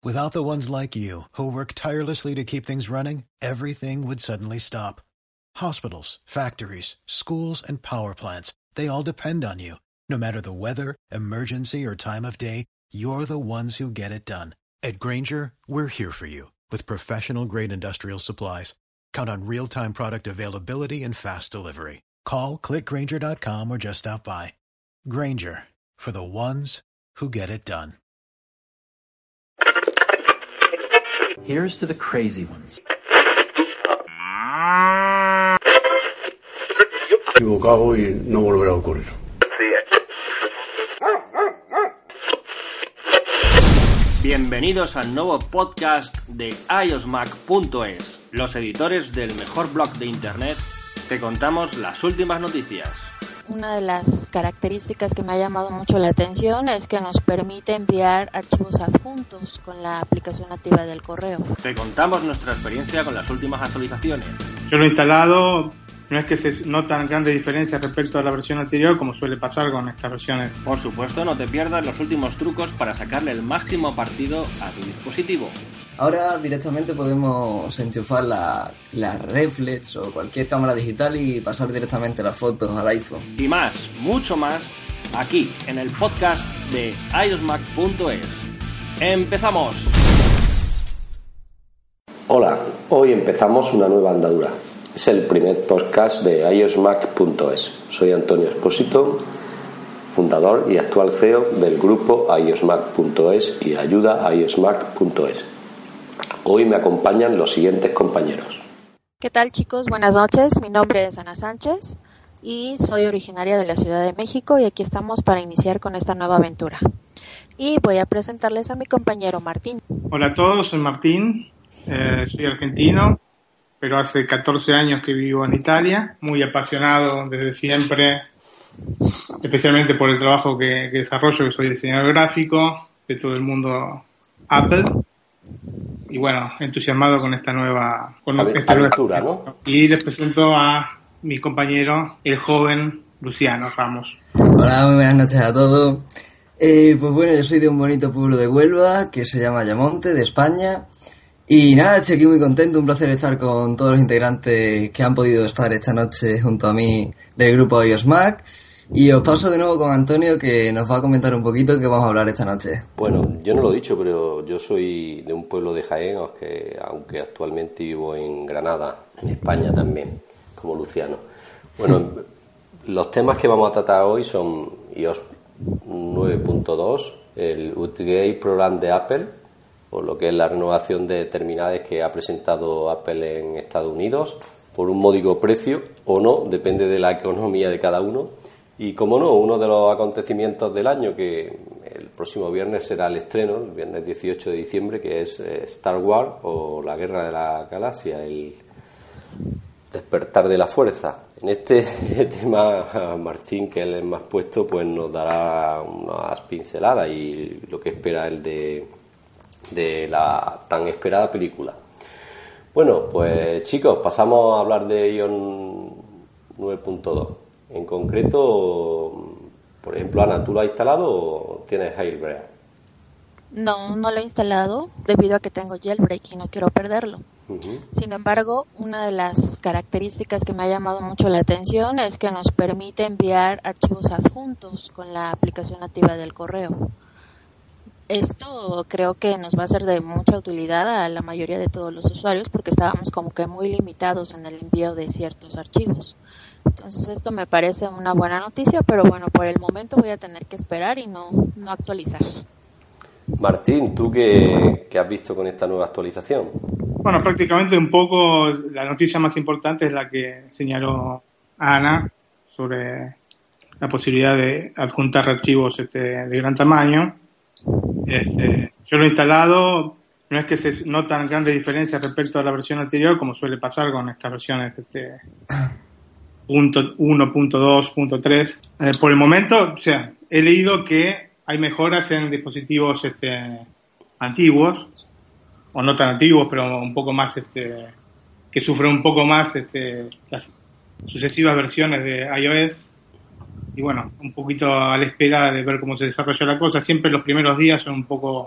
Without the ones like you, who work tirelessly to keep things running, everything would suddenly stop. Hospitals, factories, schools, and power plants, they all depend on you. No matter the weather, emergency, or time of day, you're the ones who get it done. At Grainger, we're here for you with professional-grade industrial supplies. Count on real-time product availability and fast delivery. Call, click Grainger.com, or just stop by. Grainger, for the ones who get it done. Here's to the crazy ones. Equivocado y no volverá a ocurrir. Bienvenidos al nuevo podcast de iosmac.es. Los editores del mejor blog de internet te contamos las últimas noticias. Una de las características que me ha llamado mucho la atención es que nos permite enviar archivos adjuntos con la aplicación nativa del correo. Te contamos nuestra experiencia con las últimas actualizaciones. Yo lo he instalado, no es que se notan grandes diferencias respecto a la versión anterior, como suele pasar con estas versiones. Por supuesto, no te pierdas los últimos trucos para sacarle el máximo partido a tu dispositivo. Ahora directamente podemos enchufar la reflex o cualquier cámara digital y pasar directamente las fotos al iPhone. Y más, mucho más, aquí en el podcast de iosmac.es. ¡Empezamos! Hola, hoy empezamos una nueva andadura. Es el primer podcast de iosmac.es. Soy Antonio Espósito, fundador y actual CEO del grupo iosmac.es y ayuda a iosmac.es. Hoy me acompañan los siguientes compañeros. ¿Qué tal, chicos? Buenas noches. Mi nombre es Ana Sánchez y soy originaria de la Ciudad de México y aquí estamos para iniciar con esta nueva aventura. Y voy a presentarles a mi compañero Martín. Hola a todos, soy Martín, soy argentino, pero hace 14 años que vivo en Italia, muy apasionado desde siempre, especialmente por el trabajo que desarrollo, que soy diseñador gráfico de todo el mundo Apple. Y bueno, entusiasmado con esta nueva aventura, ¿no? Y les presento a mi compañero, el joven Luciano Ramos. Hola, muy buenas noches a todos. Pues bueno, yo soy de un bonito pueblo de Huelva que se llama Ayamonte, de España. Y nada, estoy aquí muy contento, un placer estar con todos los integrantes que han podido estar esta noche junto a mí del grupo iosmac. Y os paso de nuevo con Antonio, que nos va a comentar un poquito qué vamos a hablar esta noche. Bueno, yo no lo he dicho, pero yo soy de un pueblo de Jaén, aunque actualmente vivo en Granada, en España también, como Luciano. Bueno, los temas que vamos a tratar hoy son iOS 9.2, el Upgrade Program de Apple, o lo que es la renovación de terminales que ha presentado Apple en Estados Unidos, por un módico precio o no, depende de la economía de cada uno. Y como no, uno de los acontecimientos del año, que el próximo viernes será el estreno, el viernes 18 de diciembre, que es Star Wars o la Guerra de la Galaxia, el despertar de la fuerza. En este tema, Martín, que él es más puesto, pues nos dará unas pinceladas y lo que espera él de la tan esperada película. Bueno, pues chicos, pasamos a hablar de iOS 9.2. En concreto, por ejemplo, Ana, ¿tú lo has instalado o tienes Jailbreak? No lo he instalado debido a que tengo jailbreak y no quiero perderlo. Uh-huh. Sin embargo, una de las características que me ha llamado mucho la atención es que nos permite enviar archivos adjuntos con la aplicación nativa del correo. Esto creo que nos va a ser de mucha utilidad a la mayoría de todos los usuarios porque estábamos como que muy limitados en el envío de ciertos archivos. Entonces esto me parece una buena noticia, pero bueno, por el momento voy a tener que esperar y no actualizar. Martín, ¿tú qué has visto con esta nueva actualización? Bueno, prácticamente un poco la noticia más importante es la que señaló Ana sobre la posibilidad de adjuntar archivos de gran tamaño. Yo lo he instalado, no es que se notan grandes diferencias respecto a la versión anterior, como suele pasar con estas versiones punto 1.2.3. Por el momento, o sea, he leído que hay mejoras en dispositivos antiguos, o no tan antiguos, pero un poco más, que sufren un poco más las sucesivas versiones de iOS. Y bueno, un poquito a la espera de ver cómo se desarrolla la cosa. Siempre los primeros días son un poco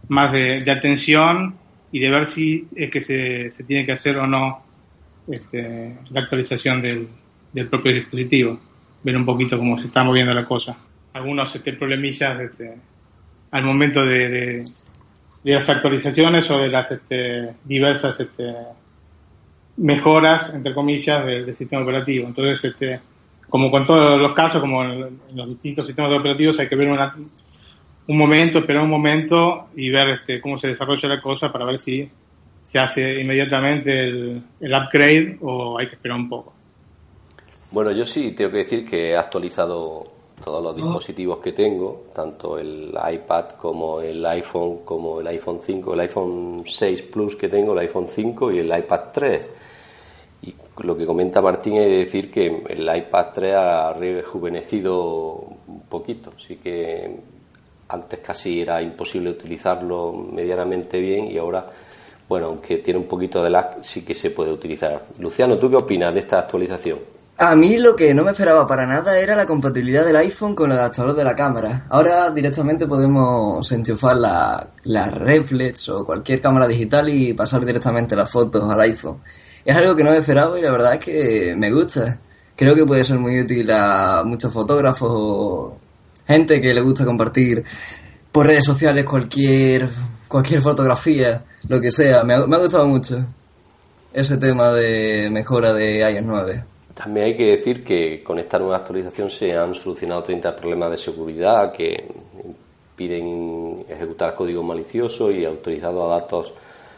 más de atención y de ver si es que se tiene que hacer o no la actualización del propio dispositivo, ver un poquito cómo se está moviendo la cosa. Algunos problemillas al momento de las actualizaciones o de las diversas mejoras, entre comillas, del sistema operativo. Entonces, como con todos los casos, como en los distintos sistemas operativos, hay que ver esperar un momento y ver cómo se desarrolla la cosa para ver si se hace inmediatamente el upgrade o hay que esperar un poco. Bueno, yo sí tengo que decir que he actualizado todos los dispositivos que tengo, tanto el iPad como el iPhone 5, el iPhone 6 Plus que tengo, el iPhone 5 y el iPad 3. Y lo que comenta Martín es decir que el iPad 3 ha rejuvenecido un poquito, así que antes casi era imposible utilizarlo medianamente bien y ahora, bueno, aunque tiene un poquito de lag, sí que se puede utilizar. Luciano, ¿tú qué opinas de esta actualización? A mí lo que no me esperaba para nada era la compatibilidad del iPhone con el adaptador de la cámara. Ahora directamente podemos enchufar la reflex o cualquier cámara digital y pasar directamente las fotos al iPhone. Es algo que no me esperaba y la verdad es que me gusta. Creo que puede ser muy útil a muchos fotógrafos o gente que le gusta compartir por redes sociales cualquier fotografía, lo que sea. Me ha gustado mucho ese tema de mejora de iOS 9. También hay que decir que con esta nueva actualización se han solucionado 30 problemas de seguridad que impiden ejecutar código malicioso y autorizado a datos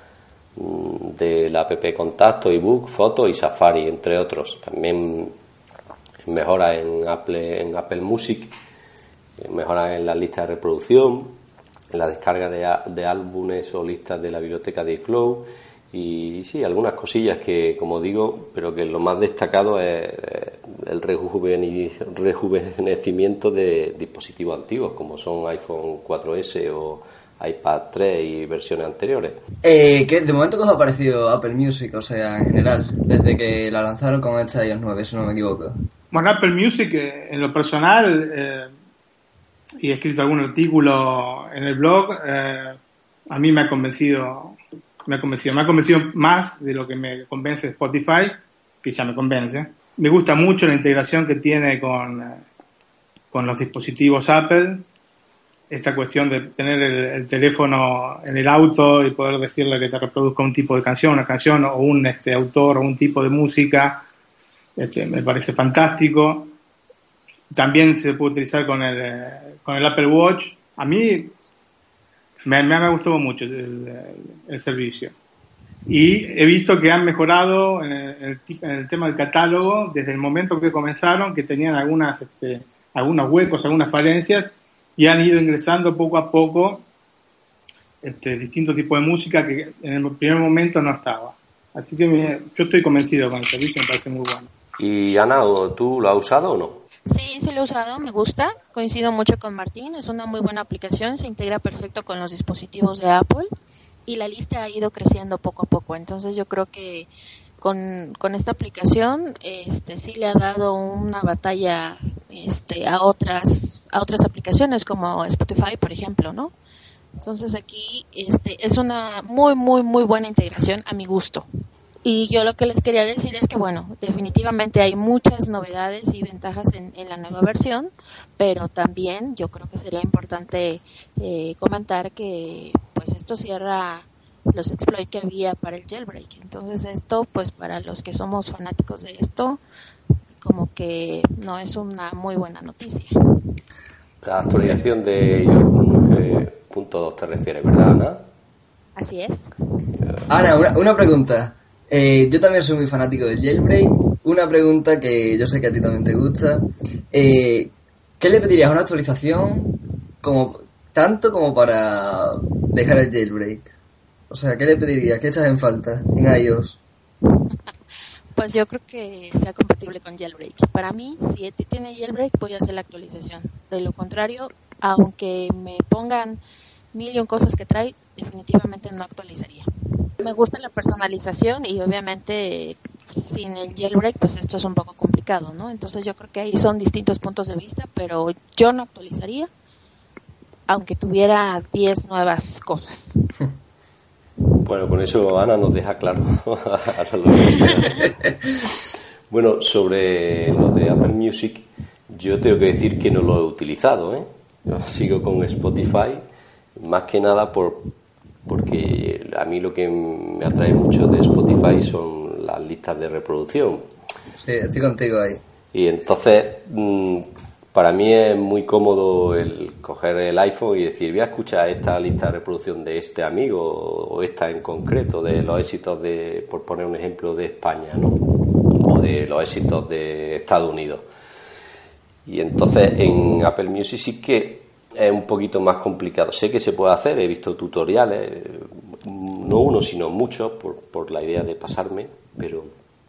de la app Contacto, ebook, fotos y Safari, entre otros. También mejora en Apple Music, mejora en las listas de reproducción, en la descarga de álbumes o listas de la biblioteca de iCloud. Y sí, algunas cosillas que, como digo, pero que lo más destacado es el rejuvenecimiento de dispositivos antiguos, como son iPhone 4S o iPad 3 y versiones anteriores. ¿De momento qué os ha parecido Apple Music, o sea, en general, desde que la lanzaron con esta iOS 9, si no me equivoco? Bueno, Apple Music, en lo personal, y he escrito algún artículo en el blog, a mí me ha convencido más de lo que me convence Spotify, que ya me convence. Me gusta mucho la integración que tiene con los dispositivos Apple, esta cuestión de tener el teléfono en el auto y poder decirle que te reproduzca un tipo de canción, una canción o un autor o un tipo de música, me parece fantástico. También se puede utilizar con el Apple Watch. A mí me ha gustado mucho el servicio. Y he visto que han mejorado en el tema del catálogo desde el momento que comenzaron, que tenían algunos huecos, algunas falencias, y han ido ingresando poco a poco distintos tipos de música que en el primer momento no estaba. Así que yo estoy convencido con el servicio, me parece muy bueno. Y Ana, ¿tú lo has usado o no? Sí, lo he usado, me gusta, coincido mucho con Martín, es una muy buena aplicación, se integra perfecto con los dispositivos de Apple y la lista ha ido creciendo poco a poco, entonces yo creo que con esta aplicación sí le ha dado una batalla a otras aplicaciones como Spotify, por ejemplo, ¿no? Entonces aquí es una muy muy muy buena integración a mi gusto. Y yo lo que les quería decir es que, bueno, definitivamente hay muchas novedades y ventajas en la nueva versión, pero también yo creo que sería importante comentar que pues esto cierra los exploits que había para el jailbreak. Entonces esto, pues para los que somos fanáticos de esto, como que no es una muy buena noticia. La actualización de iOS 9.2 te refieres, ¿verdad, Ana? Así es. Ana, una pregunta. Yo también soy muy fanático del jailbreak. Una pregunta que yo sé que a ti también te gusta. ¿Qué le pedirías a una actualización tanto como para dejar el jailbreak? O sea, ¿qué le pedirías? ¿Qué echas en falta en iOS? Pues yo creo que sea compatible con jailbreak. Para mí, si tiene jailbreak, voy a hacer la actualización. De lo contrario, aunque me pongan 1,000,000 cosas que trae, definitivamente no actualizaría. Me gusta la personalización y obviamente sin el jailbreak pues esto es un poco complicado, ¿no? Entonces yo creo que ahí son distintos puntos de vista, pero yo no actualizaría aunque tuviera 10 nuevas cosas. Bueno, con eso Ana nos deja claro ahora lo que Bueno, sobre lo de Apple Music, yo tengo que decir que no lo he utilizado, ¿eh? Yo sigo con Spotify, más que nada porque a mí lo que me atrae mucho de Spotify son las listas de reproducción. Sí, estoy contigo ahí. Y entonces, para mí es muy cómodo el coger el iPhone y decir, voy a escuchar esta lista de reproducción de este amigo o esta en concreto, de los éxitos de, por poner un ejemplo, de España, ¿no? O de los éxitos de Estados Unidos. Y entonces en Apple Music sí que es un poquito más complicado. Sé que se puede hacer, he visto tutoriales, no uno sino muchos, por la idea de pasarme, pero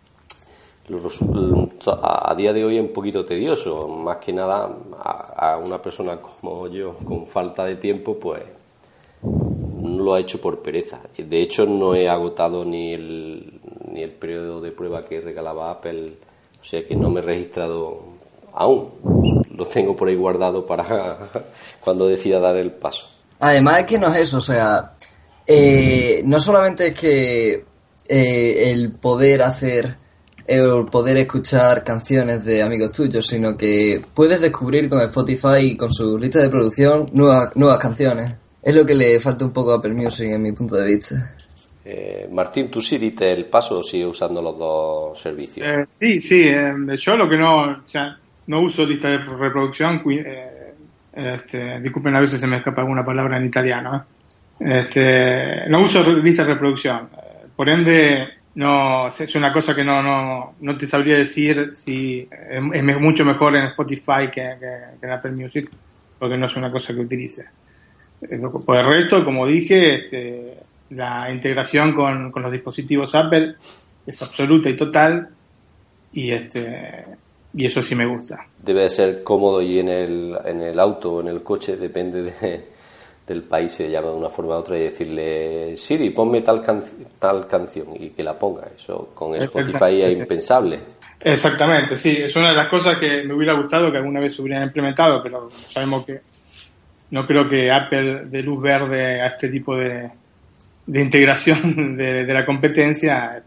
a día de hoy es un poquito tedioso. Más que nada a una persona como yo, con falta de tiempo, pues no lo ha hecho por pereza. De hecho, no he agotado ni el periodo de prueba que regalaba Apple, o sea que no me he registrado aún. Lo tengo por ahí guardado para cuando decida dar el paso. Además es que no es eso, o sea, no solamente es que el poder escuchar canciones de amigos tuyos, sino que puedes descubrir con Spotify y con su lista de producción nuevas canciones. Es lo que le falta un poco a Apple Music en mi punto de vista. Martín, ¿tú sí diste el paso o sigues usando los dos servicios? Sí. Yo lo que no uso lista de reproducción. Disculpen, a veces se me escapa alguna palabra en italiano. No uso lista de reproducción. Por ende, no es una cosa que no te sabría decir si es mucho mejor en Spotify que en Apple Music, porque no es una cosa que utilice. Por el resto, como dije, la integración con los dispositivos Apple es absoluta y total, y eso sí me gusta. Debe ser cómodo, y en el auto o en el coche, depende del país, se llama de una forma u otra, y decirle, Siri, ponme tal canción, y que la ponga. Eso con Spotify es impensable. Exactamente, sí, es una de las cosas que me hubiera gustado que alguna vez se hubieran implementado, pero sabemos que no creo que Apple dé luz verde a este tipo de integración de la competencia,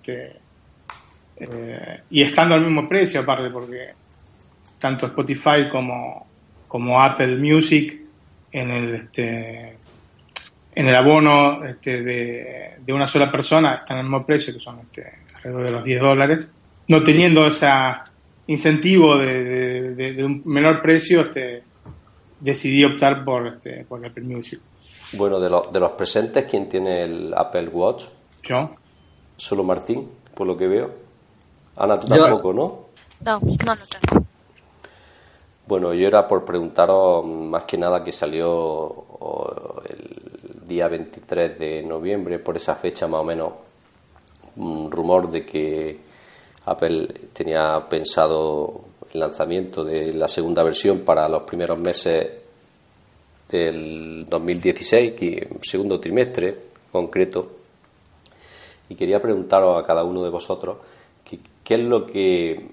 y estando al mismo precio aparte, porque tanto Spotify como Apple Music en el abono de una sola persona están al mismo precio, que son alrededor de los $10, no teniendo ese incentivo de un menor precio. Decidí optar por Apple Music. Bueno, de los presentes, ¿quién tiene el Apple Watch? Yo. Solo Martín, por lo que veo. Ana, tú tampoco, ¿no? No lo tengo. Bueno, yo era por preguntaros más que nada que salió el día 23 de noviembre, por esa fecha más o menos, un rumor de que Apple tenía pensado el lanzamiento de la segunda versión para los primeros meses del 2016, segundo trimestre concreto, y quería preguntaros a cada uno de vosotros qué es lo que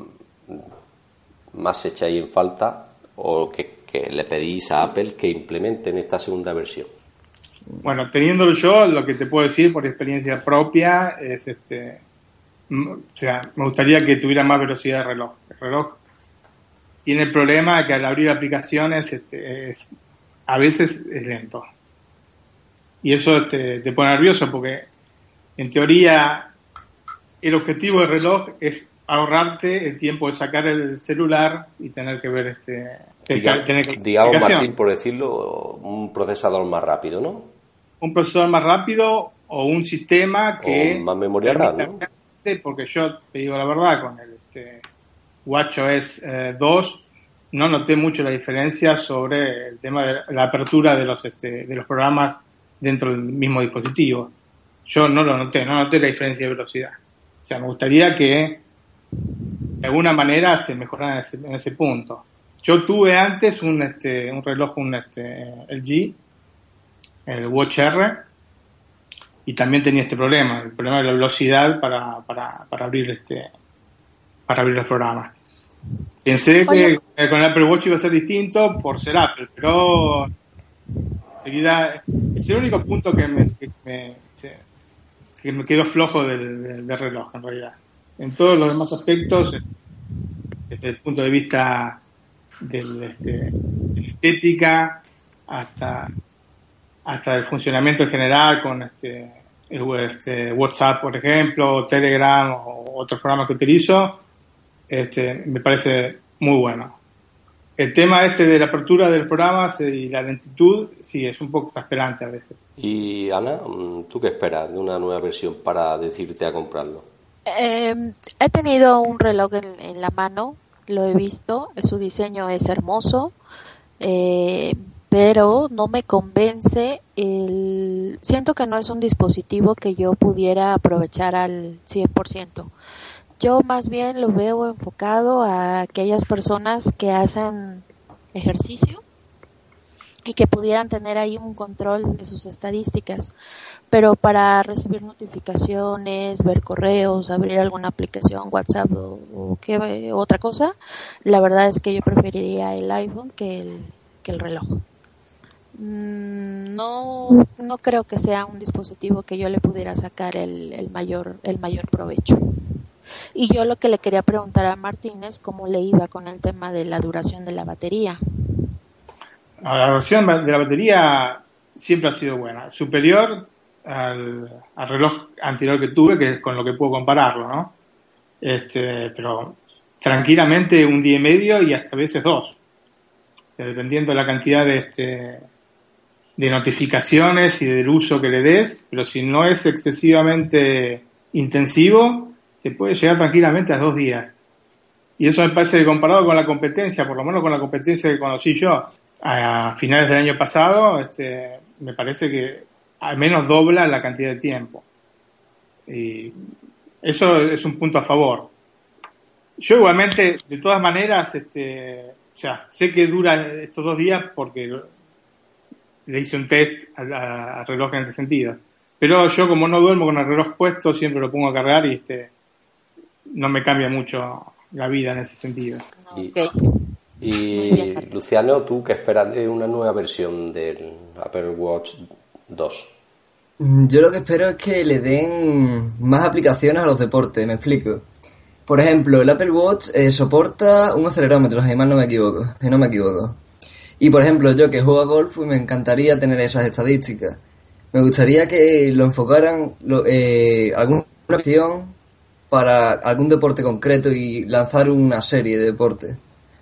más echáis en falta o que le pedís a Apple que implemente en esta segunda versión. Bueno, teniéndolo yo, lo que te puedo decir por experiencia propia es me gustaría que tuviera más velocidad de reloj. El reloj tiene el problema que al abrir aplicaciones a veces es lento. Y eso te pone nervioso porque, en teoría, el objetivo del reloj es ahorrarte el tiempo de sacar el celular y tener que ver digamos, Martín, por decirlo, un procesador más rápido, ¿no? Un procesador más rápido o un sistema que... O más memoria RAM, ¿no? Porque yo te digo la verdad, con el WatchOS 2 no noté mucho la diferencia sobre el tema de la apertura de los programas dentro del mismo dispositivo. Yo no noté la diferencia de velocidad. O sea, me gustaría que de alguna manera mejoraran en ese punto. Yo tuve antes un reloj, LG, el Watch R, y también tenía este problema, el problema de la velocidad para abrir los programas. Pensé que con el Apple Watch iba a ser distinto por ser Apple, pero enseguida es el único punto que me quedó flojo del reloj, en realidad. En todos los demás aspectos, desde el punto de vista de la estética hasta el funcionamiento en general con WhatsApp, por ejemplo, Telegram o otros programas que utilizo, me parece muy bueno. El tema de la apertura del programa y la lentitud, sí, es un poco exasperante a veces. Y Ana, ¿tú qué esperas de una nueva versión para decirte a comprarlo? He tenido un reloj en la mano, lo he visto, su diseño es hermoso, pero no me convence. Siento que no es un dispositivo que yo pudiera aprovechar al 100%. Yo más bien lo veo enfocado a aquellas personas que hacen ejercicio y que pudieran tener ahí un control de sus estadísticas, pero para recibir notificaciones, ver correos, abrir alguna aplicación, WhatsApp o qué otra cosa, la verdad es que yo preferiría el iPhone que el reloj. No creo que sea un dispositivo que yo le pudiera sacar el mayor provecho. Y yo lo que le quería preguntar a Martín es cómo le iba con el tema de la duración de la batería. La duración de la batería siempre ha sido buena, superior al reloj anterior que tuve, que es con lo que puedo compararlo, ¿no? Pero tranquilamente un día y medio y hasta a veces 2, dependiendo de la cantidad de notificaciones y del uso que le des, pero si no es excesivamente intensivo, se puede llegar tranquilamente a 2 días. Y eso me parece que comparado con la competencia, por lo menos con la competencia que conocí yo a finales del año pasado, me parece que al menos dobla la cantidad de tiempo. Y eso es un punto a favor. Yo igualmente, de todas maneras, sé que dura estos 2 días porque le hice un test al reloj en ese sentido. Pero yo, como no duermo con el reloj puesto, siempre lo pongo a cargar y no me cambia mucho la vida en ese sentido. Y Luciano, ¿tú qué esperas de una nueva versión del Apple Watch 2? Yo lo que espero es que le den más aplicaciones a los deportes, me explico. Por ejemplo, el Apple Watch soporta un acelerómetro, si no me equivoco. Y por ejemplo, yo que juego a golf, pues me encantaría tener esas estadísticas. Me gustaría que lo enfocaran alguna opción para algún deporte concreto y lanzar una serie de deportes.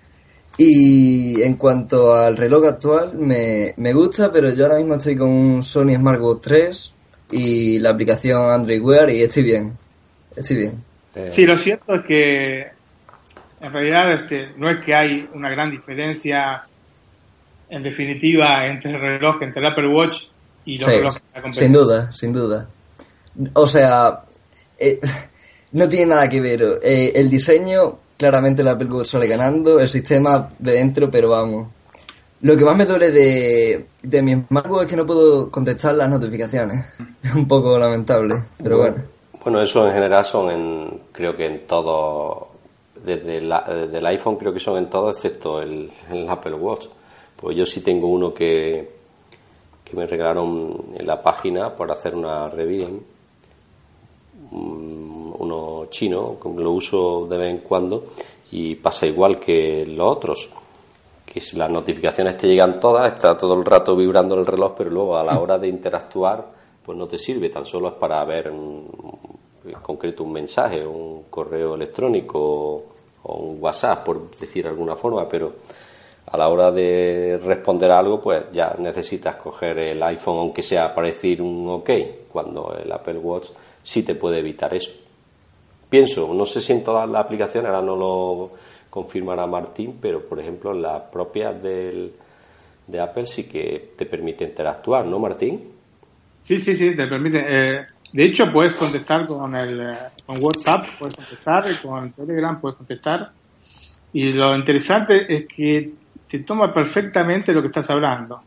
Y en cuanto al reloj actual, me gusta, pero yo ahora mismo estoy con un Sony Smartwatch 3 y la aplicación Android Wear y estoy bien. Sí, lo cierto es que en realidad no es que hay una gran diferencia en definitiva entre el Apple Watch y los relojes de la competencia. Sin duda. O sea, no tiene nada que ver. El diseño, claramente el Apple Watch sale ganando, el sistema de dentro, pero vamos. Lo que más me duele de mi smartwatch es que no puedo contestar las notificaciones. Es un poco lamentable, pero bueno. Bueno, eso en general creo que en todo, desde el iPhone creo que son en todo excepto el Apple Watch. Pues yo sí tengo uno que me regalaron en la página por hacer una review, uno chino, que lo uso de vez en cuando y pasa igual que los otros, que si las notificaciones te llegan todas, está todo el rato vibrando el reloj, pero luego a la hora de interactuar pues no te sirve, tan solo es para ver en concreto un mensaje, un correo electrónico o un WhatsApp, por decir de alguna forma, pero a la hora de responder a algo, pues ya necesitas coger el iPhone, aunque sea para decir un OK, cuando el Apple Watch sí te puede evitar eso. Pienso, no sé si en todas las aplicaciones, ahora no lo confirmará Martín, pero por ejemplo en las propias de Apple sí que te permite interactuar, ¿no, Martín? Sí, te permite. De hecho, puedes contestar con WhatsApp, puedes contestar, con Telegram puedes contestar. Y lo interesante es que te toma perfectamente lo que estás hablando.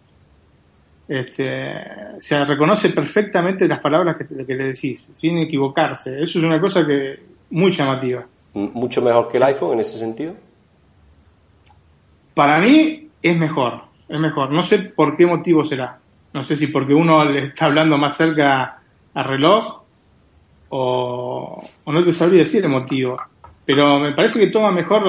Se reconoce perfectamente las palabras que le decís, sin equivocarse. Eso es una cosa que muy llamativa. ¿Mucho mejor que el iPhone en ese sentido? Para mí es mejor. No sé por qué motivo será. No sé si porque uno le está hablando más cerca al reloj o no te sabría decir el motivo. Pero me parece que toma mejor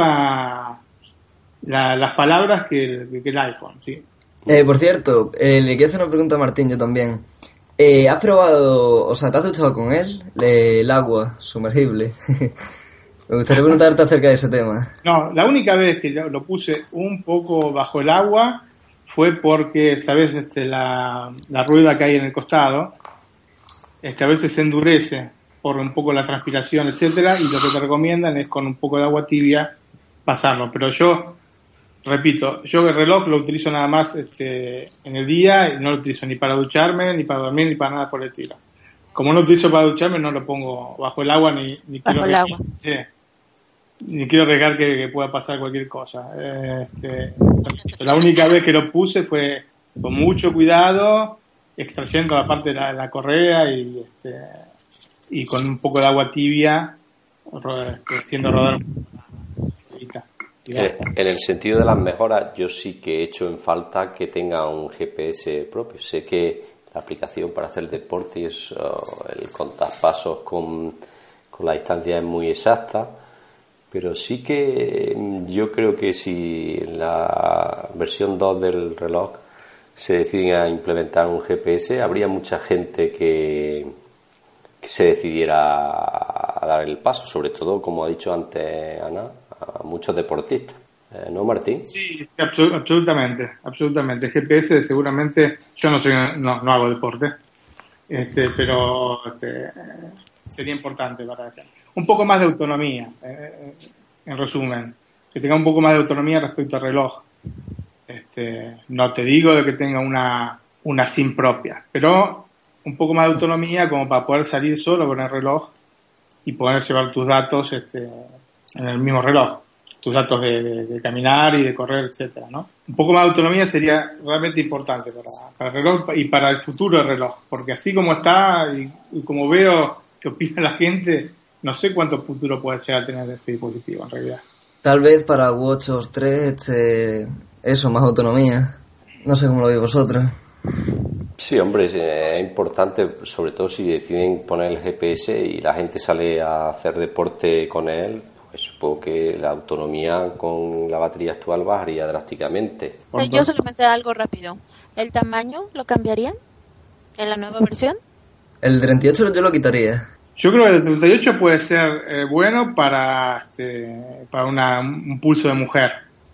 las palabras que el iPhone, sí. Por cierto, le quiero hacer una pregunta a Martín, yo también. ¿Has probado, o sea, te has duchado con él, el agua sumergible? Me gustaría preguntarte acerca de ese tema. No, la única vez que lo puse un poco bajo el agua fue porque, ¿sabes? La rueda que hay en el costado, a veces se endurece por un poco la transpiración, etcétera, y lo que te recomiendan es con un poco de agua tibia pasarlo. Pero yo, repito, yo el reloj lo utilizo nada más en el día y no lo utilizo ni para ducharme, ni para dormir, ni para nada por el estilo. Como no lo utilizo para ducharme, no lo pongo bajo el agua ni bajo el agua. Ni quiero arriesgar que pueda pasar cualquier cosa. La única vez que lo puse fue con mucho cuidado, extrayendo la parte de la correa y con un poco de agua tibia, haciendo rodar un poquito. En el sentido de las mejoras, yo sí que he hecho en falta que tenga un GPS propio. Sé que la aplicación para hacer deporte y el contar pasos con la distancia es muy exacta, pero sí que yo creo que si en la versión 2 del reloj se deciden a implementar un GPS, habría mucha gente que se decidiera a dar el paso, sobre todo, como ha dicho antes Ana, a muchos deportistas. ¿No, Martín? Sí, absolutamente. GPS seguramente, yo no hago deporte, pero sería importante para que un poco más de autonomía, en resumen, que tenga un poco más de autonomía respecto al reloj. No te digo de que tenga una SIM propia, pero un poco más de autonomía como para poder salir solo con el reloj y poder llevar tus datos en el mismo reloj, tus datos de caminar y de correr, etcétera, ¿no? Un poco más de autonomía sería realmente importante para el reloj y para el futuro del reloj, porque así como está y como veo que opina la gente, no sé cuánto futuro puede llegar a tener este dispositivo en realidad. Tal vez para WatchOS 3 eso, más autonomía. No sé cómo lo veis vosotros. Sí, hombre, es importante, sobre todo si deciden poner el GPS y la gente sale a hacer deporte con él, pues supongo que la autonomía con la batería actual bajaría drásticamente. Yo solamente algo rápido. ¿El tamaño lo cambiarían en la nueva versión? El 38 yo lo quitaría. Yo creo que el 38 puede ser bueno para un pulso de mujer,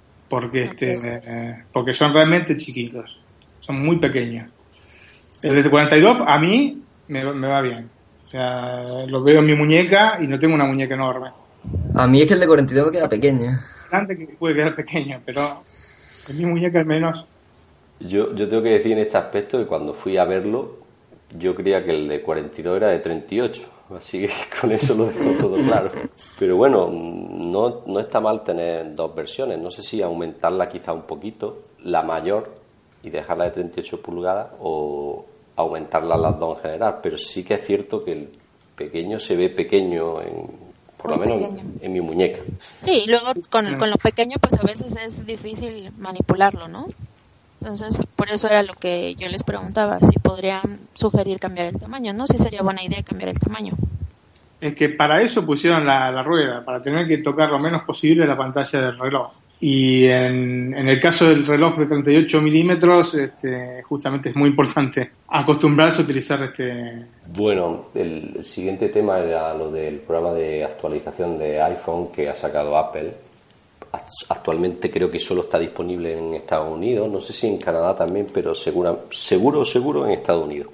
porque porque son realmente chiquitos, son muy pequeños. El de 42 a mí me va bien, o sea, lo veo en mi muñeca y no tengo una muñeca enorme. A mí es que el de 42 me queda pequeño. Antes que puede quedar pequeño, pero en mi muñeca al menos. Yo tengo que decir en este aspecto que cuando fui a verlo, yo creía que el de 42 era de 38, así que con eso lo dejo todo claro. Pero bueno, no está mal tener dos versiones, no sé si aumentarla quizá un poquito, la mayor, y dejarla de 38 pulgadas, o aumentarla las dos en general, pero sí que es cierto que el pequeño se ve pequeño, por lo menos en mi muñeca. Sí, y luego con lo pequeño pues a veces es difícil manipularlo, ¿no? Entonces, por eso era lo que yo les preguntaba, si podrían sugerir cambiar el tamaño, ¿no? Si sería buena idea cambiar el tamaño. Es que para eso pusieron la rueda, para tener que tocar lo menos posible la pantalla del reloj. Y en el caso del reloj de 38 milímetros, justamente es muy importante acostumbrarse a utilizar Bueno, el siguiente tema era lo del programa de actualización de iPhone que ha sacado Apple. Actualmente creo que solo está disponible en Estados Unidos, no sé si en Canadá también, pero seguro en Estados Unidos.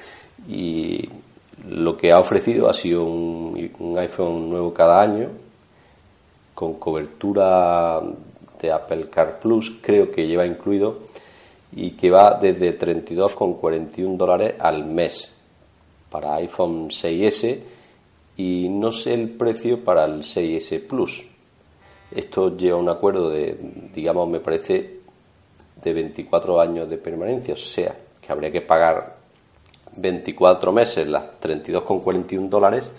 Y lo que ha ofrecido ha sido un iPhone nuevo cada año, con cobertura de Apple Car Plus, creo que lleva incluido, y que va desde $32,41 al mes para iPhone 6S, y no sé el precio para el 6S Plus. Esto lleva un acuerdo me parece, de 24 años de permanencia, o sea, que habría que pagar 24 meses las $32,41,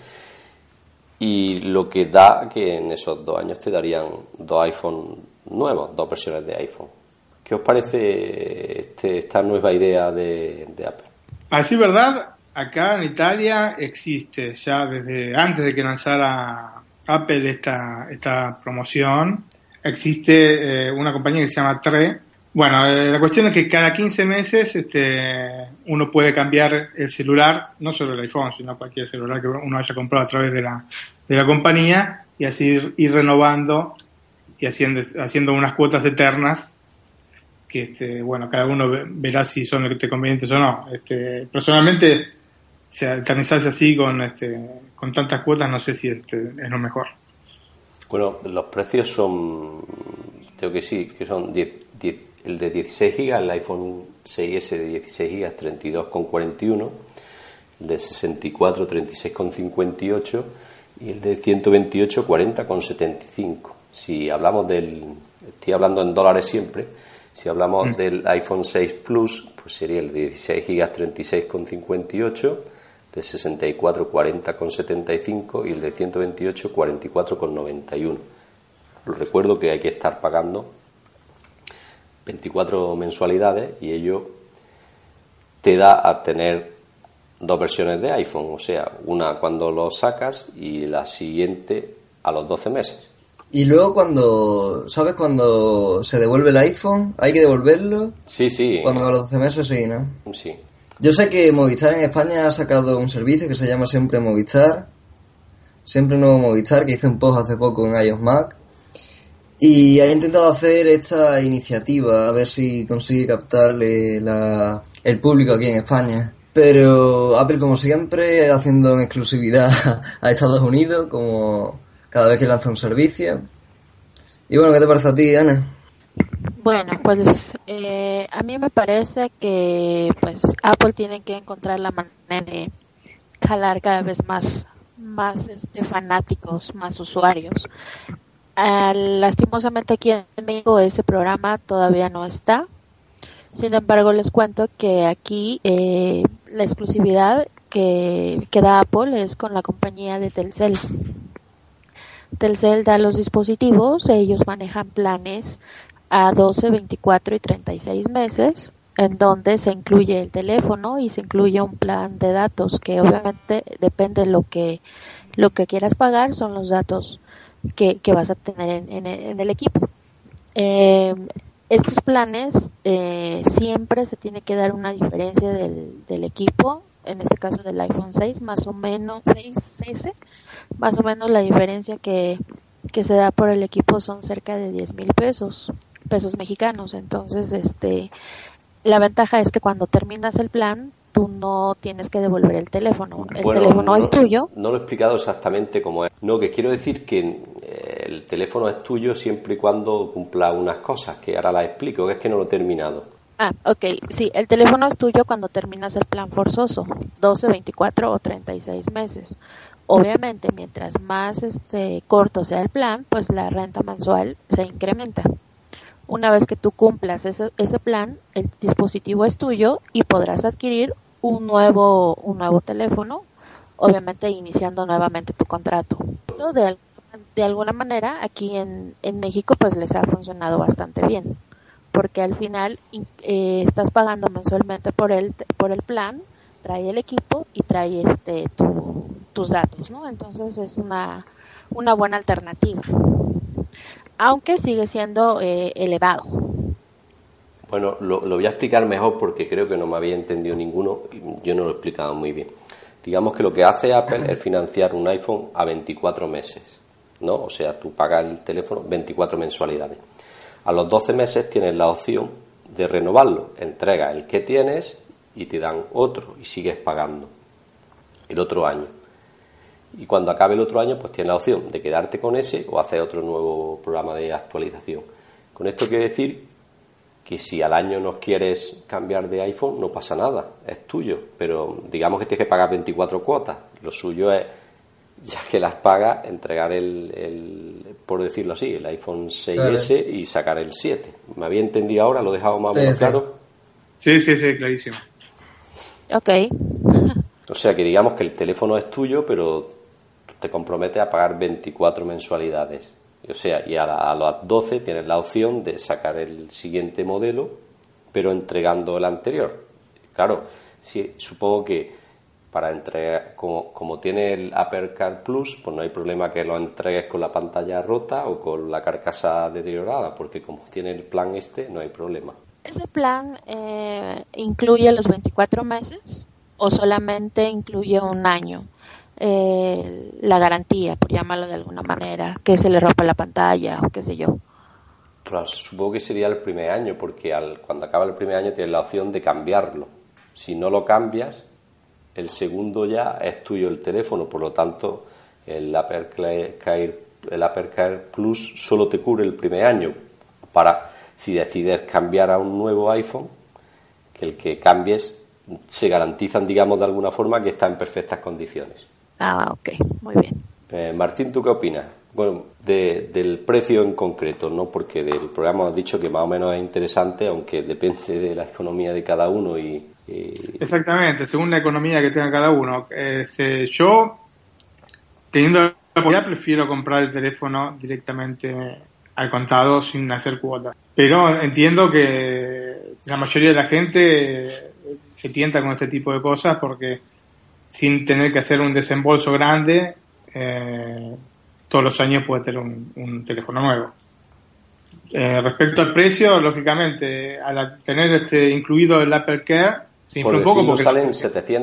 y lo que da que en esos 2 años te darían 2 iPhone nuevos, 2 versiones de iPhone. ¿Qué os parece esta nueva idea de Apple? A decir verdad, acá en Italia existe ya desde antes de que lanzara Apple esta promoción, existe una compañía que se llama Tre. Bueno, la cuestión es que cada 15 meses uno puede cambiar el celular, no solo el iPhone, sino cualquier celular que uno haya comprado a través de la compañía, y así ir renovando y haciendo unas cuotas eternas que bueno, cada uno verá si son convenientes o no. Personalmente, eternizarse así con tantas cuotas, no sé si es lo mejor. Bueno, los precios son, creo que sí, que son el de 16 GB, el iPhone 6S de 16 GB, 32,41, el de 64, 36,58 y el de 128, 40,75. Si hablamos estoy hablando en dólares siempre, si hablamos del iPhone 6 Plus, pues sería el de 16 GB, 36,58, de 64, 40,75 y el de 128, 44,91. Recuerdo que hay que estar pagando 24 mensualidades y ello te da a tener dos versiones de iPhone, o sea, una cuando lo sacas y la siguiente a los 12 meses. Y luego cuando se devuelve el iPhone, ¿hay que devolverlo? Sí. Cuando a los 12 meses, sí, ¿no? Sí. Yo sé que Movistar en España ha sacado un servicio que se llama Siempre Movistar, Siempre Nuevo Movistar, que hice un post hace poco en iOS Mac, y ha intentado hacer esta iniciativa, a ver si consigue captarle el público aquí en España. Pero Apple, como siempre, haciendo en exclusividad a Estados Unidos, como cada vez que lanza un servicio. Y bueno, ¿qué te parece a ti, Ana? Bueno, pues a mí me parece que pues Apple tiene que encontrar la manera de jalar cada vez más fanáticos, más usuarios. Lastimosamente aquí en México ese programa todavía no está. Sin embargo, les cuento que aquí la exclusividad que da Apple es con la compañía de Telcel. Telcel da los dispositivos, ellos manejan planes a 12, 24 y 36 meses, en donde se incluye el teléfono y se incluye un plan de datos que obviamente depende de lo que quieras pagar, son los datos que vas a tener en el equipo. Estos planes siempre se tiene que dar una diferencia del equipo, en este caso del iPhone 6, más o menos 6S, más o menos la diferencia que se da por el equipo son cerca de 10,000 pesos mexicanos. Entonces, la ventaja es que cuando terminas el plan, tú no tienes que devolver el teléfono. El teléfono es tuyo. No lo he explicado exactamente cómo es. No, que quiero decir que el teléfono es tuyo siempre y cuando cumpla unas cosas, que ahora las explico, que es que no lo he terminado. Ok, sí, el teléfono es tuyo cuando terminas el plan forzoso, 12, 24 o 36 meses. Obviamente, mientras más corto sea el plan, pues la renta mensual se incrementa. Una vez que tú cumplas ese plan, el dispositivo es tuyo y podrás adquirir un nuevo teléfono, obviamente iniciando nuevamente tu contrato. Esto de alguna manera aquí en México pues les ha funcionado bastante bien, porque al final estás pagando mensualmente por el plan, trae el equipo y trae tus datos, ¿no? Entonces es una buena alternativa, aunque sigue siendo elevado. Bueno, lo voy a explicar mejor porque creo que no me había entendido ninguno y yo no lo he explicado muy bien. Digamos que lo que hace Apple es financiar un iPhone a 24 meses, ¿no? O sea, tú pagas el teléfono 24 mensualidades. A los 12 meses tienes la opción de renovarlo. Entregas el que tienes y te dan otro y sigues pagando el otro año. Y cuando acabe el otro año, pues tienes la opción de quedarte con ese o hacer otro nuevo programa de actualización. Con esto quiero decir que si al año no quieres cambiar de iPhone, no pasa nada, es tuyo. Pero digamos que tienes que pagar 24 cuotas. Lo suyo es, ya que las pagas, entregar por decirlo así, el iPhone 6S claro, y sacar el 7. ¿Me había entendido ahora? ¿Lo he dejado más o menos claro? Sí, clarísimo. Ok. O sea que digamos que el teléfono es tuyo, pero te comprometes a pagar 24 mensualidades. O sea, y a las 12 tienes la opción de sacar el siguiente modelo, pero entregando el anterior. Claro, sí, supongo que para entregar, como tiene el Apple Car Plus, pues no hay problema que lo entregues con la pantalla rota o con la carcasa deteriorada, porque como tiene el plan no hay problema. ¿Ese plan incluye los 24 meses o solamente incluye un año? La garantía, por llamarlo de alguna manera, que se le rompa la pantalla o qué sé yo. Pues supongo que sería el primer año, porque cuando acaba el primer año tienes la opción de cambiarlo. Si no lo cambias, el segundo ya es tuyo el teléfono, por lo tanto el Apple Care Plus solo te cubre el primer año. Para si decides cambiar a un nuevo iPhone, que el que cambies se garantizan, digamos, de alguna forma que está en perfectas condiciones. Ah, ok, muy bien. Martín, ¿tú qué opinas? Bueno, del precio en concreto, ¿no? Porque del programa has dicho que más o menos es interesante, aunque depende de la economía de cada uno y... Exactamente, según la economía que tenga cada uno. Yo, teniendo la posibilidad, prefiero comprar el teléfono directamente al contado sin hacer cuotas. Pero entiendo que la mayoría de la gente se tienta con este tipo de cosas porque sin tener que hacer un desembolso grande, todos los años puede tener un teléfono nuevo. Respecto al precio, lógicamente, al tener incluido el Apple Care, se infla un poco porque salen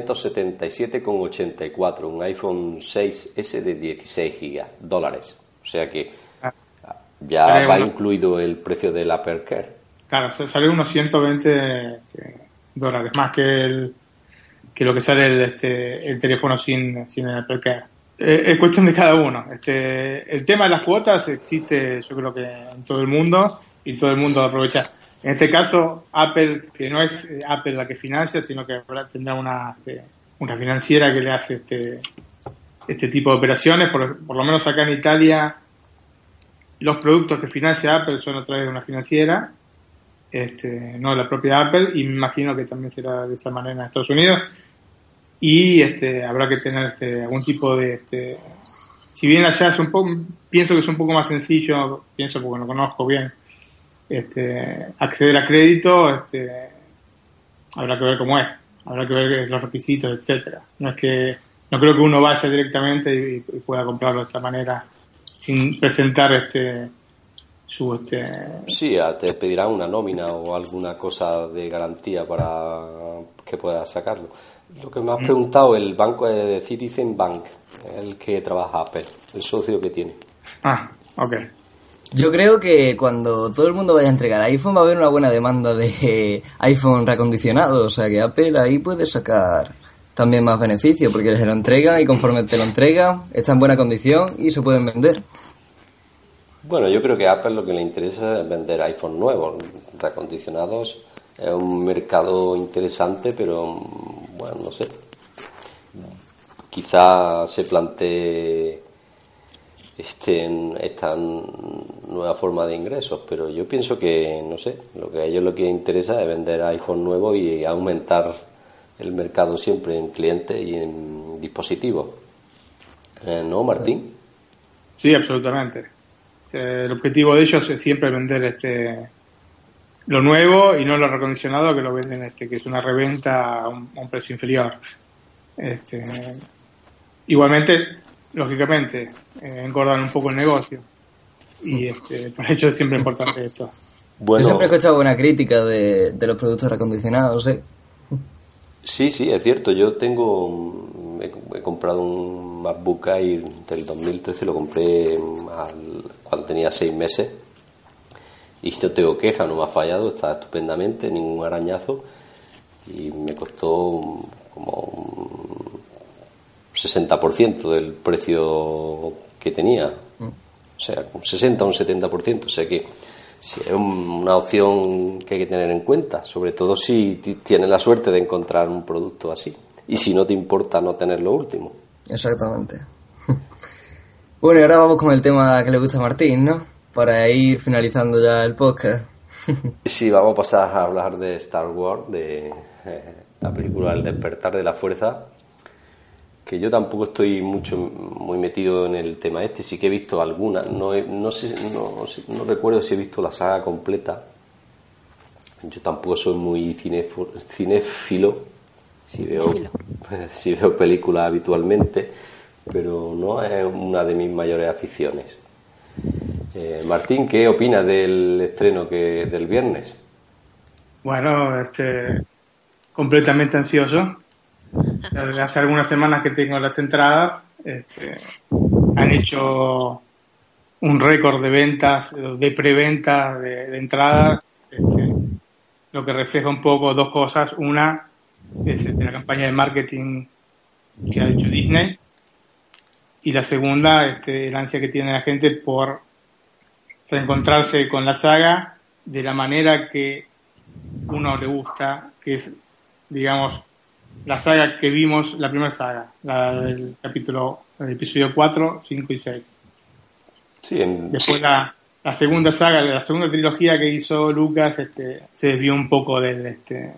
777,84, un iPhone 6S de 16 GB, dólares. O sea que ya va incluido el precio del Apple Care. Claro, sale unos 120 dólares más que lo que sale el teléfono sin el Apple Care. Es cuestión de cada uno. El tema de las cuotas existe, yo creo que en todo el mundo, y todo el mundo lo aprovecha. En este caso, Apple, que no es Apple la que financia, sino que tendrá una financiera que le hace este tipo de operaciones. Por lo menos acá en Italia, los productos que financia Apple son a través de una financiera, no la propia Apple, y me imagino que también será de esa manera en Estados Unidos. Y habrá que tener algún tipo de si bien allá es pienso que es un poco más sencillo, pienso porque no conozco bien, acceder a crédito, habrá que ver cómo es, habrá que ver los requisitos, etcétera. No creo que uno vaya directamente y pueda comprarlo de esta manera sin presentar Sí, te pedirán una nómina o alguna cosa de garantía para que puedas sacarlo. Lo que me has preguntado, el banco es de Citizen Bank, el que trabaja Apple, el socio que tiene. Ah, ok. Yo creo que cuando todo el mundo vaya a entregar iPhone va a haber una buena demanda de iPhone reacondicionado, o sea que Apple ahí puede sacar también más beneficio, porque se lo entregan y conforme te lo entregan está en buena condición y se pueden vender. Bueno, yo creo que a Apple lo que le interesa es vender iPhone nuevos, reacondicionados. Es un mercado interesante, pero bueno, no sé. Quizá se plantee esta nueva forma de ingresos, pero yo pienso que, no sé, lo que a ellos lo que interesa es vender iPhone nuevo y aumentar el mercado siempre en clientes y en dispositivos. ¿No, Martín? Sí, absolutamente. El objetivo de ellos es siempre vender lo nuevo y no lo recondicionado, que lo venden que es una reventa a un precio inferior. Igualmente, lógicamente, engordan un poco el negocio y por ello es siempre importante esto. Bueno, yo siempre he escuchado buena crítica de los productos recondicionados, ¿eh? Sí, es cierto. Yo he comprado un MacBook Air del 2013, lo compré cuando tenía 6 meses y no tengo queja, no me ha fallado, está estupendamente, ningún arañazo, y me costó como un 60% del precio que tenía, o sea, un 60 o un 70%, o sea que sí, es una opción que hay que tener en cuenta, sobre todo si tienes la suerte de encontrar un producto así y si no te importa no tener lo último. Exactamente. Bueno, y ahora vamos con el tema que le gusta a Martín, ¿no? Para ir finalizando ya el podcast. Sí, vamos a pasar a hablar de Star Wars, de la película El despertar de la fuerza, que yo tampoco estoy muy metido en el tema este. Sí que he visto algunas. No recuerdo si he visto la saga completa. Yo tampoco soy muy cinéfilo. Si veo películas habitualmente, pero no es una de mis mayores aficiones. Martín, ¿qué opinas del estreno del viernes? Bueno, completamente ansioso. Hace algunas semanas que tengo las entradas. Han hecho un récord de ventas, de preventa de entradas, lo que refleja un poco dos cosas. Una es la campaña de marketing que ha hecho Disney, y la segunda, el ansia que tiene la gente por reencontrarse con la saga de la manera que uno le gusta, que es, digamos, la saga que vimos, la primera saga, la del episodio 4, 5 y 6. Sí, Después la segunda saga, la segunda trilogía que hizo Lucas, se desvió un poco de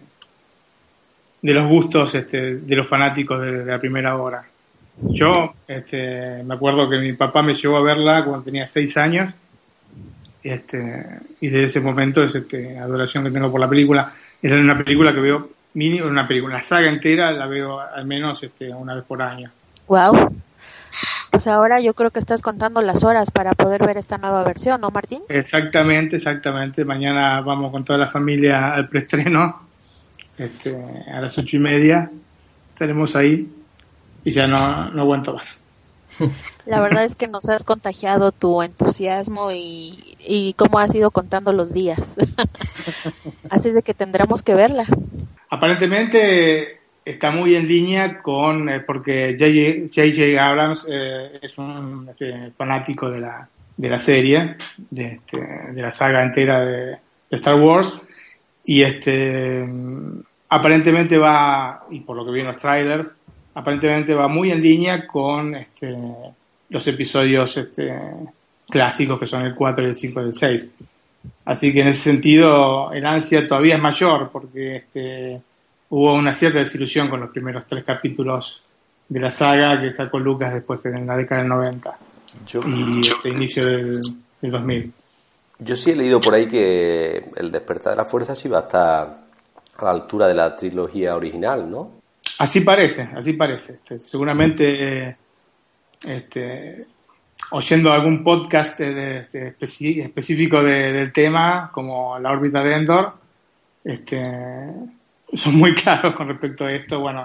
los gustos de los fanáticos de la primera hora. Yo me acuerdo que mi papá me llevó a verla cuando tenía 6 años, y desde ese momento es adoración que tengo por la película. Es una película que veo la saga entera la veo al menos una vez por año. Wow. Pues ahora yo creo que estás contando las horas para poder ver esta nueva versión, ¿no, Martín? Exactamente. Mañana vamos con toda la familia al preestreno, a las 8:30 estaremos ahí y ya no aguanto más. La verdad es que nos has contagiado tu entusiasmo y cómo has ido contando los días. Así de que tendremos que verla. Aparentemente está muy en línea con, porque J.J. Abrams es un fanático de la serie, de la saga entera de Star Wars, y aparentemente va, y por lo que vi en los trailers, aparentemente va muy en línea con los episodios clásicos, que son el 4, el 5 y el 6. Así que en ese sentido el ansia todavía es mayor, porque hubo una cierta desilusión con los primeros 3 capítulos de la saga que sacó Lucas después en la década del 90 y inicio del 2000. Yo sí he leído por ahí que El despertar de la fuerza sí va a estar a la altura de la trilogía original, ¿no? Así parece. Seguramente oyendo algún podcast específico del tema, como La órbita de Endor, son muy claros con respecto a esto, bueno,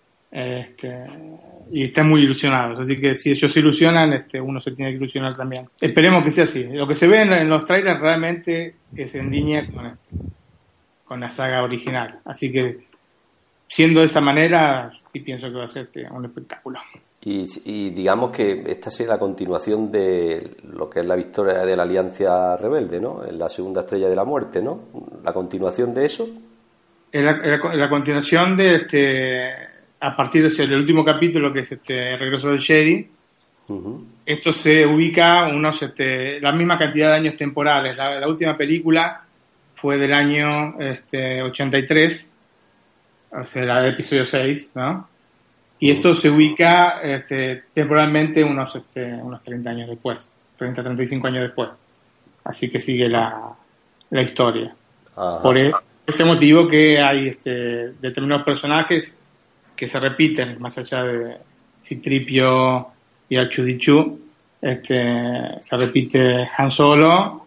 y están muy ilusionados, así que si ellos se ilusionan, uno se tiene que ilusionar también. Esperemos que sea así. Lo que se ve en los trailers realmente es en línea con la saga original, así que siendo de esa manera, sí pienso que va a ser un espectáculo. Y digamos que esta sería la continuación de lo que es la victoria de la Alianza Rebelde, ¿no? En la segunda estrella de la muerte, ¿no? La continuación de eso. La continuación de a partir del último capítulo, que es Regreso del Jedi. Uh-huh. Esto se ubica la misma cantidad de años temporales. La última película fue del año 83, o sea, la del episodio 6, ¿no? Y esto se ubica temporalmente unos 30 años después, 35 años después. Así que sigue la historia. Ajá. Por este motivo que hay determinados personajes que se repiten, más allá de C-3PO y R2-D2, se repite Han Solo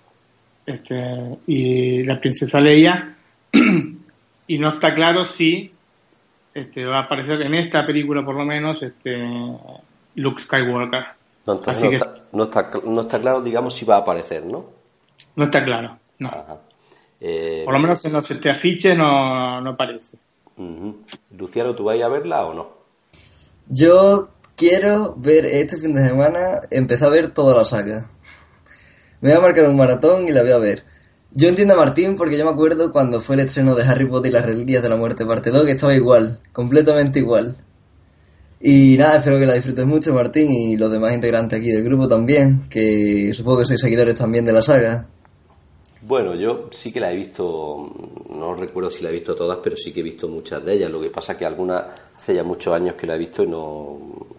y la princesa Leia, y no está claro si va a aparecer en esta película, por lo menos, Luke Skywalker. No, entonces no está claro, digamos, si va a aparecer, ¿no? No está claro, no. Ajá. Por lo menos en los afiches no aparece. Uh-huh. Luciano, ¿tú vas a verla o no? Yo quiero ver este fin de semana, empezar a ver toda la saga. Me voy a marcar un maratón y la voy a ver. Yo entiendo a Martín porque yo me acuerdo cuando fue el estreno de Harry Potter y las Reliquias de la Muerte parte 2, que estaba igual, completamente igual. Y nada, espero que la disfrutes mucho, Martín, y los demás integrantes aquí del grupo también, que supongo que sois seguidores también de la saga. Bueno, yo sí que la he visto, no recuerdo si la he visto todas, pero sí que he visto muchas de ellas. Lo que pasa es que algunas hace ya muchos años que la he visto y no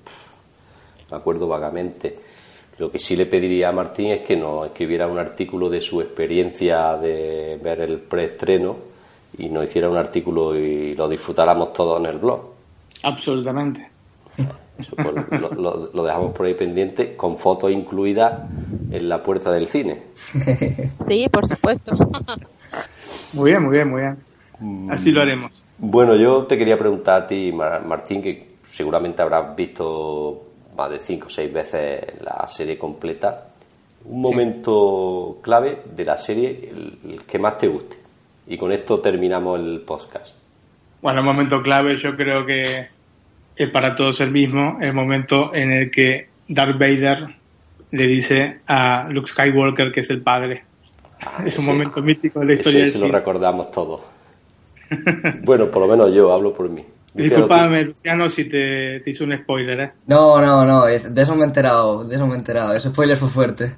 me acuerdo vagamente. Lo que sí le pediría a Martín es que nos escribiera un artículo de su experiencia de ver el preestreno y nos hiciera un artículo y lo disfrutáramos todos en el blog. Absolutamente. Eso pues, lo dejamos por ahí pendiente, con fotos incluidas en la puerta del cine. Sí, por supuesto. Muy bien, muy bien, muy bien. Así lo haremos. Bueno, yo te quería preguntar a ti, Martín, que seguramente habrás visto más de 5 o 6 veces la serie completa. Un momento clave de la serie, el que más te guste. Y con esto terminamos el podcast. Bueno, el momento clave yo creo que es para todos el mismo, el momento en el que Darth Vader le dice a Luke Skywalker que es el padre. Es un momento mítico de la historia del cine. cine. Lo recordamos todos. Bueno, por lo menos yo hablo por mí. Discúlpame, Luciano, si te hice un spoiler, ¿eh? No, de eso me he enterado, ese spoiler fue fuerte.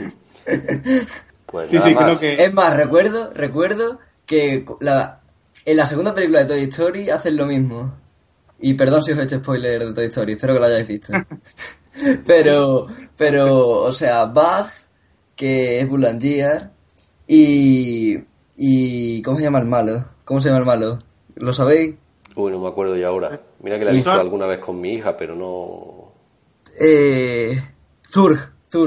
Pues sí, nada más. creo que... Es más, recuerdo que en la segunda película de Toy Story hacen lo mismo. Y perdón si os he hecho spoiler de Toy Story, espero que lo hayáis visto. pero, o sea, Buzz, que es Buzz Lightyear, y ¿cómo se llama el malo? ¿Lo sabéis? Uy, no me acuerdo yo ahora. Mira que la he visto alguna vez con mi hija, pero no... Zurg.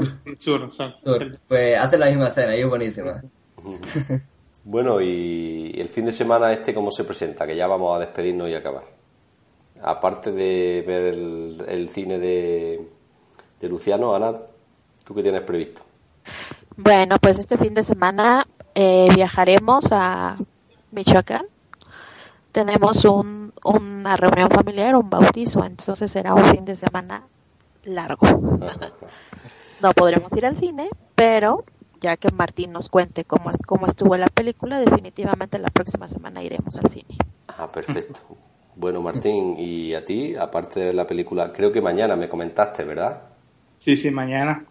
Pues hace la misma escena y es buenísima. Bueno, y el fin de semana ¿cómo se presenta? Que ya vamos a despedirnos y acabar. Aparte de ver el cine de Luciano, Ana, ¿tú qué tienes previsto? Bueno, pues este fin de semana viajaremos a Michoacán. Tenemos una reunión familiar, un bautizo, entonces será un fin de semana largo. No podremos ir al cine, pero ya que Martín nos cuente cómo estuvo la película, definitivamente la próxima semana iremos al cine. Perfecto. Bueno, Martín, ¿y a ti, aparte de la película? Creo que mañana me comentaste, ¿verdad? Sí, mañana.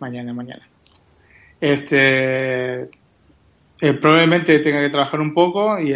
Probablemente tenga que trabajar un poco y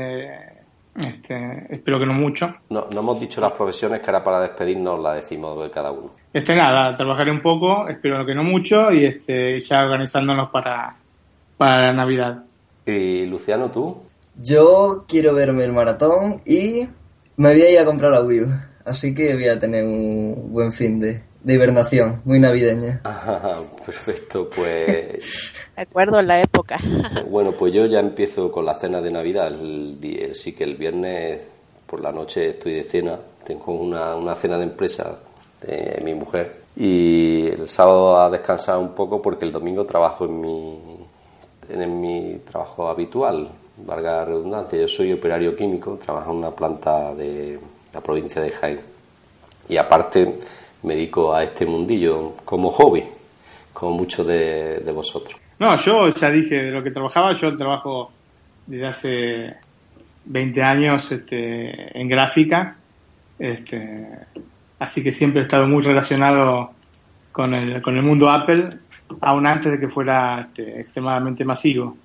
espero que no mucho. No hemos dicho las profesiones, que ahora para despedirnos la decimos de cada uno. Nada, trabajaré un poco, espero que no mucho y ya organizándonos para la Navidad. ¿Y Luciano, tú? Yo quiero verme el maratón y me voy a ir a comprar la Wii U, así que voy a tener un buen fin de hibernación, muy navideña. Perfecto, pues... Recuerdo la época. Bueno, pues yo ya empiezo con la cena de Navidad. Sí que el viernes por la noche estoy de cena, tengo una cena de empresa de mi mujer. Y el sábado a descansar un poco porque el domingo trabajo en mi trabajo habitual, valga la redundancia. Yo soy operario químico, trabajo en una planta de la provincia de Jaén. Y aparte me dedico a este mundillo como hobby, como muchos de vosotros. No, yo ya dije de lo que trabajaba. Yo trabajo desde hace 20 años en gráfica, así que siempre he estado muy relacionado con el mundo Apple, aún antes de que fuera extremadamente masivo.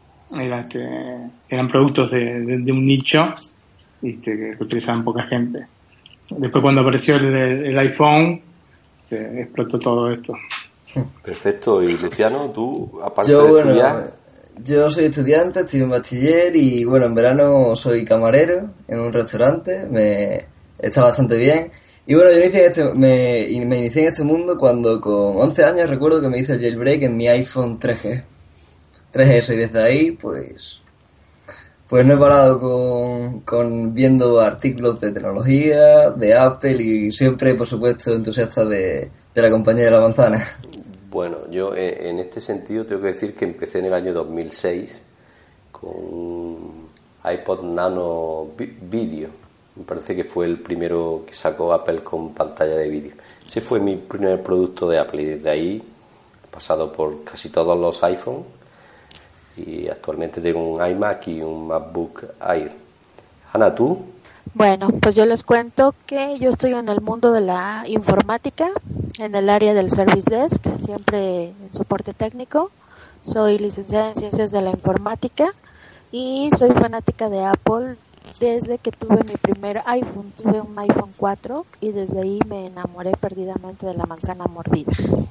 Eran productos de un nicho que utilizaban poca gente. Después, cuando apareció el iPhone, se explotó todo esto. Perfecto. Y Luciano, tú, aparte de estudiar... Yo soy estudiante, estoy en bachiller y bueno, en verano soy camarero en un restaurante, está bastante bien. Y bueno, yo me inicié en este mundo cuando con 11 años recuerdo que me hice el jailbreak en mi iPhone 3S y desde ahí pues no he parado con viendo artículos de tecnología, de Apple y siempre, por supuesto, entusiasta de la compañía de la manzana. Bueno, yo en este sentido tengo que decir que empecé en el año 2006 con un iPod Nano Video. Me parece que fue el primero que sacó Apple con pantalla de vídeo. Ese fue mi primer producto de Apple y desde ahí he pasado por casi todos los iPhones y actualmente tengo un iMac y un MacBook Air. Ana, ¿tú? Bueno, pues yo les cuento que yo estoy en el mundo de la informática, en el área del Service Desk, siempre en soporte técnico. Soy licenciada en Ciencias de la Informática y soy fanática de Apple desde que tuve mi primer iPhone. Tuve un iPhone 4 y desde ahí me enamoré perdidamente de la manzana mordida.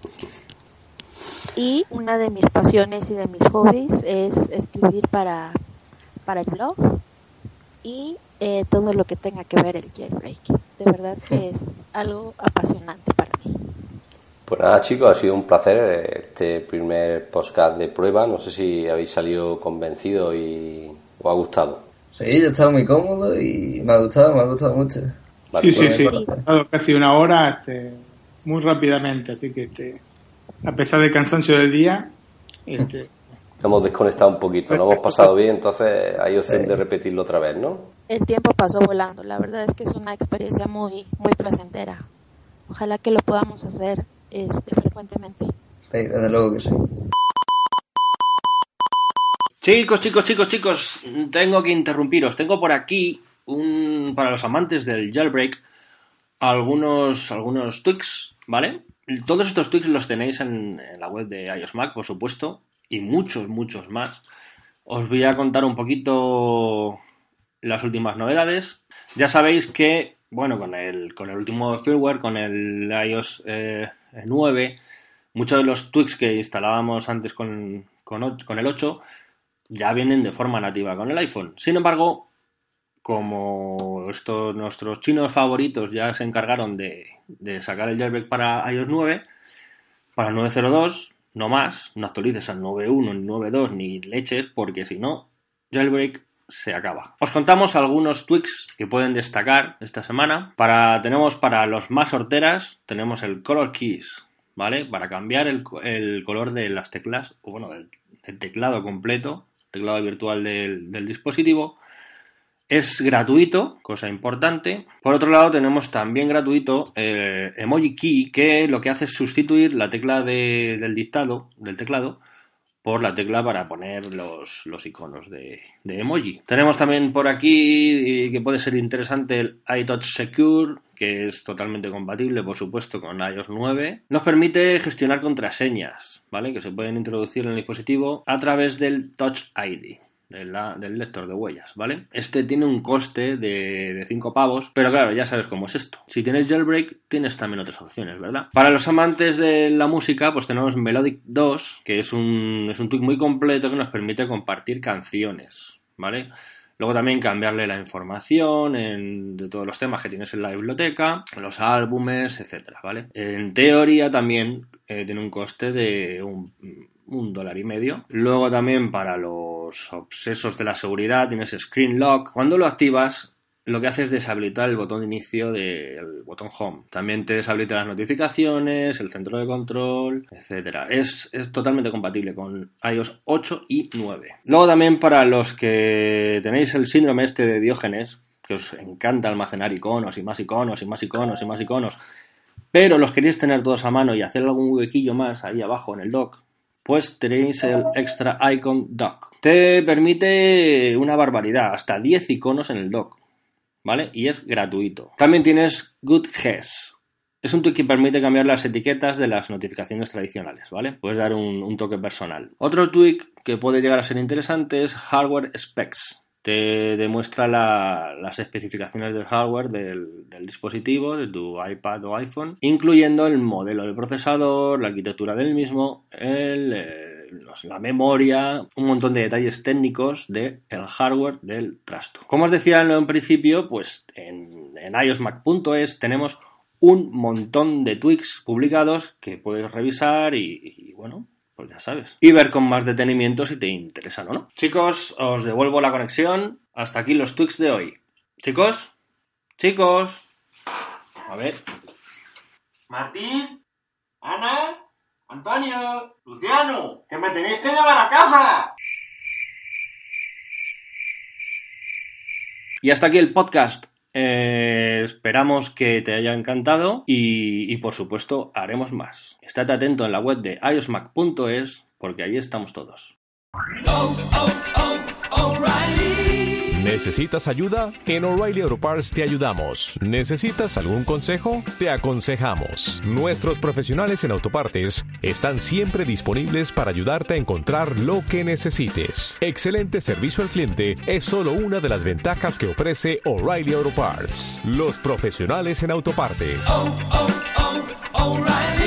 Y una de mis pasiones y de mis hobbies es escribir para el blog y todo lo que tenga que ver el jailbreak. De verdad que es algo apasionante para mí. Pues nada, chicos, ha sido un placer este primer podcast de prueba. No sé si habéis salido convencidos y os ha gustado. Sí, yo he estado muy cómodo y me ha gustado mucho. Sí. Ha pasado casi una hora, muy rápidamente, así que a pesar del cansancio del día, hemos desconectado un poquito, lo hemos pasado bien, entonces hay opción de repetirlo otra vez, ¿no? El tiempo pasó volando, la verdad es que es una experiencia muy, muy placentera. Ojalá que lo podamos hacer frecuentemente. Sí, desde luego que sí. Chicos, tengo que interrumpiros. Tengo por aquí, para los amantes del jailbreak, algunos tweaks, ¿vale? Todos estos tweaks los tenéis en la web de iOS Mac, por supuesto, y muchos más. Os voy a contar un poquito las últimas novedades. Ya sabéis que, bueno, con el último firmware, con el iOS 9, muchos de los tweaks que instalábamos antes con el 8 ya vienen de forma nativa con el iPhone. Sin embargo, como nuestros chinos favoritos ya se encargaron de sacar el jailbreak para iOS 9, para el 9.02, no más, no actualices al 9.1 ni 9.2 ni leches, porque si no, jailbreak se acaba. Os contamos algunos tweaks que pueden destacar esta semana. Tenemos para los más horteras, tenemos el Color Keys, ¿vale? Para cambiar el color de las teclas, o bueno, del teclado completo, teclado virtual del dispositivo. Es gratuito, cosa importante. Por otro lado, tenemos también gratuito Emoji Key, que lo que hace es sustituir la tecla del teclado por la tecla para poner los iconos de emoji. Tenemos también por aquí, que puede ser interesante, el iTouch Secure, que es totalmente compatible, por supuesto, con iOS 9. Nos permite gestionar contraseñas, ¿vale? Que se pueden introducir en el dispositivo a través del Touch ID. Del lector de huellas, ¿vale? Este tiene un coste de 5 pavos, pero claro, ya sabes cómo es esto. Si tienes jailbreak, tienes también otras opciones, ¿verdad? Para los amantes de la música, pues tenemos Melodic 2, que es un tweak muy completo que nos permite compartir canciones, ¿vale? Luego también cambiarle la información de todos los temas que tienes en la biblioteca, los álbumes, etcétera, ¿vale? En teoría también tiene un coste de $1.50. Luego también para los obsesos de la seguridad tienes Screen Lock. Cuando lo activas, lo que hace es deshabilitar el botón de inicio del botón Home. También te deshabilita las notificaciones, el centro de control, etcétera. Es totalmente compatible con iOS 8 y 9. Luego también para los que tenéis el síndrome de Diógenes, que os encanta almacenar iconos y más iconos y más iconos y más iconos, pero los queréis tener todos a mano y hacer algún huequillo más ahí abajo en el dock, pues tenéis el Extra Icon Dock. Te permite una barbaridad, hasta 10 iconos en el dock, ¿vale? Y es gratuito. También tienes Good Guess. Es un tweak que permite cambiar las etiquetas de las notificaciones tradicionales, ¿vale? Puedes dar un toque personal. Otro tweak que puede llegar a ser interesante es Hardware Specs. Te demuestra las especificaciones del hardware del dispositivo, de tu iPad o iPhone, incluyendo el modelo del procesador, la arquitectura del mismo, la memoria, un montón de detalles técnicos del hardware del trasto. Como os decía en un principio, pues en iosmac.es tenemos un montón de tweaks publicados que puedes revisar y bueno, pues ya sabes. Y ver con más detenimiento si te interesan o no. Chicos, os devuelvo la conexión. Hasta aquí los tweaks de hoy. Chicos. A ver. Martín. Ana. Antonio. Luciano. Que me tenéis que llevar a casa. Y hasta aquí el podcast. Esperamos que te haya encantado y por supuesto haremos más. Estate atento en la web de iosmac.es porque ahí estamos todos. ¿Necesitas ayuda? En O'Reilly Auto Parts te ayudamos. ¿Necesitas algún consejo? Te aconsejamos. Nuestros profesionales en autopartes están siempre disponibles para ayudarte a encontrar lo que necesites. Excelente servicio al cliente es solo una de las ventajas que ofrece O'Reilly Auto Parts. Los profesionales en autopartes. O'Reilly.